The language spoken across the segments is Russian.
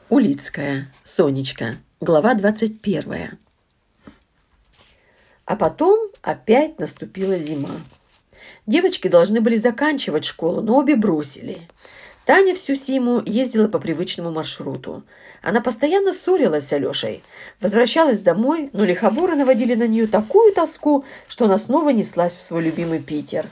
Улицкая. Сонечка. Глава 21. А потом опять наступила зима. Девочки должны были заканчивать школу, но обе бросили. Таня всю зиму ездила по привычному маршруту. Она постоянно ссорилась с Алешей. Возвращалась домой, но лихоборы наводили на нее такую тоску, что она снова неслась в свой любимый Питер.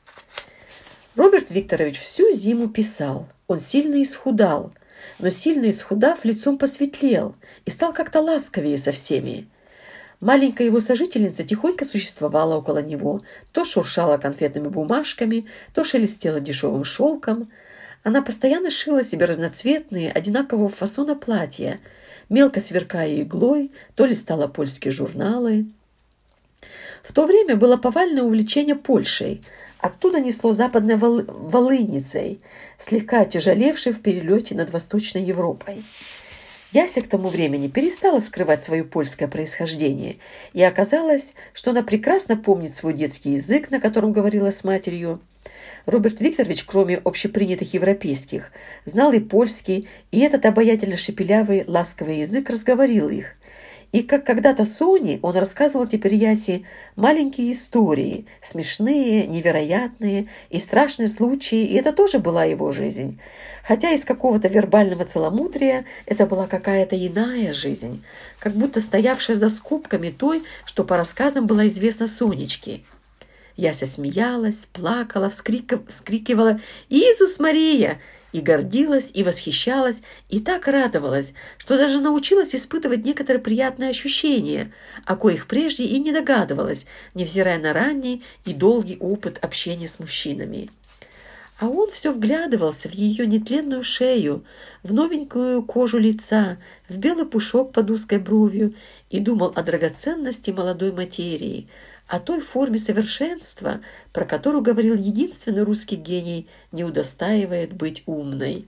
Роберт Викторович всю зиму писал. Он сильно исхудал. Но сильно исхудав, лицом посветлел и стал как-то ласковее со всеми. Маленькая его сожительница тихонько существовала около него, то шуршала конфетными бумажками, то шелестела дешевым шелком. Она постоянно шила себе разноцветные, одинакового фасона платья, мелко сверкая иглой, то листала польские журналы. В то время было повальное увлечение Польшей. Оттуда несло западной волыницей, слегка отяжелевшей в перелете над Восточной Европой. Яся к тому времени перестала скрывать свое польское происхождение, и оказалось, что она прекрасно помнит свой детский язык, на котором говорила с матерью. Роберт Викторович, кроме общепринятых европейских, знал и польский, и этот обаятельно шепелявый, ласковый язык разговорил их. И как когда-то Соне, он рассказывал теперь Ясе маленькие истории, смешные, невероятные и страшные случаи, и это тоже была его жизнь. Хотя из какого-то вербального целомудрия это была какая-то иная жизнь, как будто стоявшая за скобками той, что по рассказам была известна Сонечке. Яся смеялась, плакала, вскрикивала «Иисус Мария!» и гордилась, и восхищалась, и так радовалась, что даже научилась испытывать некоторые приятные ощущения, о коих прежде и не догадывалась, невзирая на ранний и долгий опыт общения с мужчинами. А он все вглядывался в ее нетленную шею, в новенькую кожу лица, в белый пушок под узкой бровью и думал о драгоценности молодой материи, о той форме совершенства, про которую говорил единственный русский гений, не удостаивает быть умной.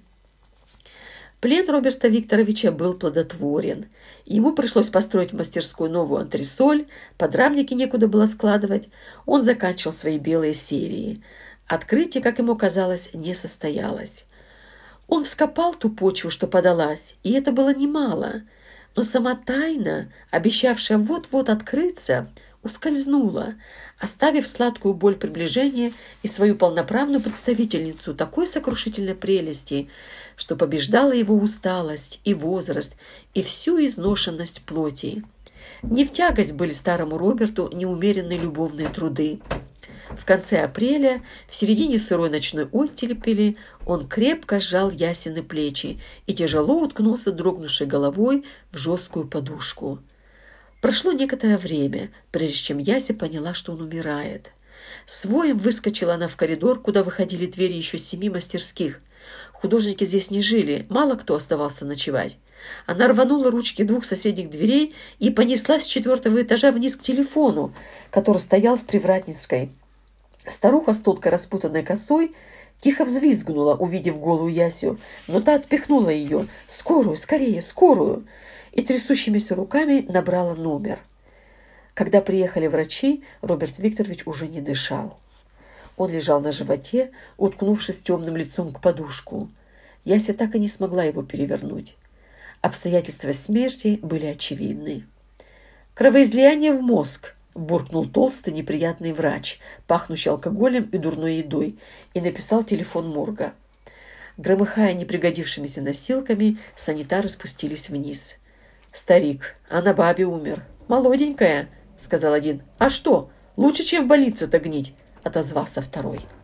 Плен Роберта Викторовича был плодотворен. Ему пришлось построить в мастерской новую антресоль, подрамники некуда было складывать. Он заканчивал свои белые серии. Открытие, как ему казалось, не состоялось. Он вскопал ту почву, что подалась, и это было немало. Но сама тайна, обещавшая вот-вот открыться, ускользнула, оставив сладкую боль приближения и свою полноправную представительницу такой сокрушительной прелести, что побеждала его усталость и возраст, и всю изношенность плоти. Не в тягость были старому Роберту неумеренные любовные труды. В конце апреля, в середине сырой ночной оттепели, он крепко сжал Ясины плечи и тяжело уткнулся дрогнувшей головой в жесткую подушку. Прошло некоторое время, прежде чем Яся поняла, что он умирает. С воем выскочила она в коридор, куда выходили двери еще 7 мастерских. Художники здесь не жили, мало кто оставался ночевать. Она рванула ручки 2 соседних дверей и понеслась с 4-го этажа вниз к телефону, который стоял в Привратницкой. Старуха с тонкой распутанной косой тихо взвизгнула, увидев голую Ясю, но та отпихнула ее. «Скорую, скорее, скорую!» и трясущимися руками набрала номер. Когда приехали врачи, Роберт Викторович уже не дышал. Он лежал на животе, уткнувшись темным лицом к подушку. Яся так и не смогла его перевернуть. Обстоятельства смерти были очевидны. «Кровоизлияние в мозг», — буркнул толстый неприятный врач, пахнущий алкоголем и дурной едой, и написал телефон морга. Громыхая непригодившимися носилками, санитары спустились вниз. «Старик, а на бабе умер. Молоденькая», — сказал один. «А что, лучше, чем в больнице-то гнить», — отозвался второй.